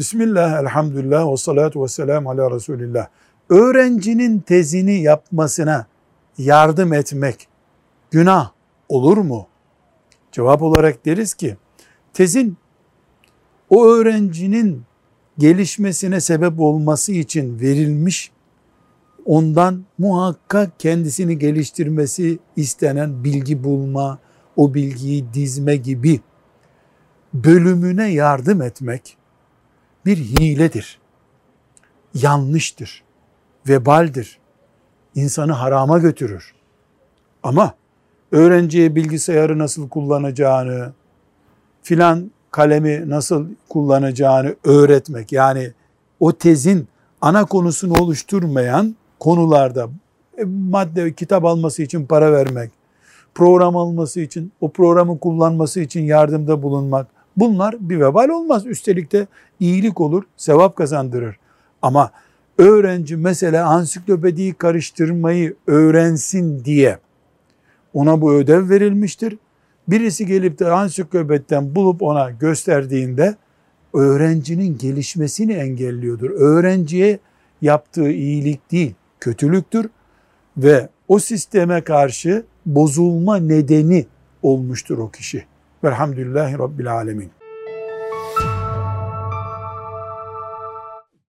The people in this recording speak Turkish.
Bismillah, elhamdülillah, ve salatu ve selamu ala Resulillah. Öğrencinin tezini yapmasına yardım etmek günah olur mu? Cevap olarak deriz ki, tezin o öğrencinin gelişmesine sebep olması için verilmiş, ondan muhakkak kendisini geliştirmesi istenen bilgi bulma, o bilgiyi dizme gibi bölümüne yardım etmek bir hiledir, yanlıştır, vebaldir, insanı harama götürür. Ama öğrenciye bilgisayarı nasıl kullanacağını, filan kalemi nasıl kullanacağını öğretmek, yani o tezin ana konusunu oluşturmayan konularda madde, kitap alması için para vermek, program alması için, o programı kullanması için yardımda bulunmak, bunlar bir vebal olmaz. Üstelik de iyilik olur, sevap kazandırır. Ama öğrenci mesela ansiklopediyi karıştırmayı öğrensin diye ona bu ödev verilmiştir. Birisi gelip de ansiklopediden bulup ona gösterdiğinde öğrencinin gelişmesini engelliyordur. Öğrenciye yaptığı iyilik değil, kötülüktür ve o sisteme karşı bozulma nedeni olmuştur o kişi. Velhamdülillahi Rabbil Alemin.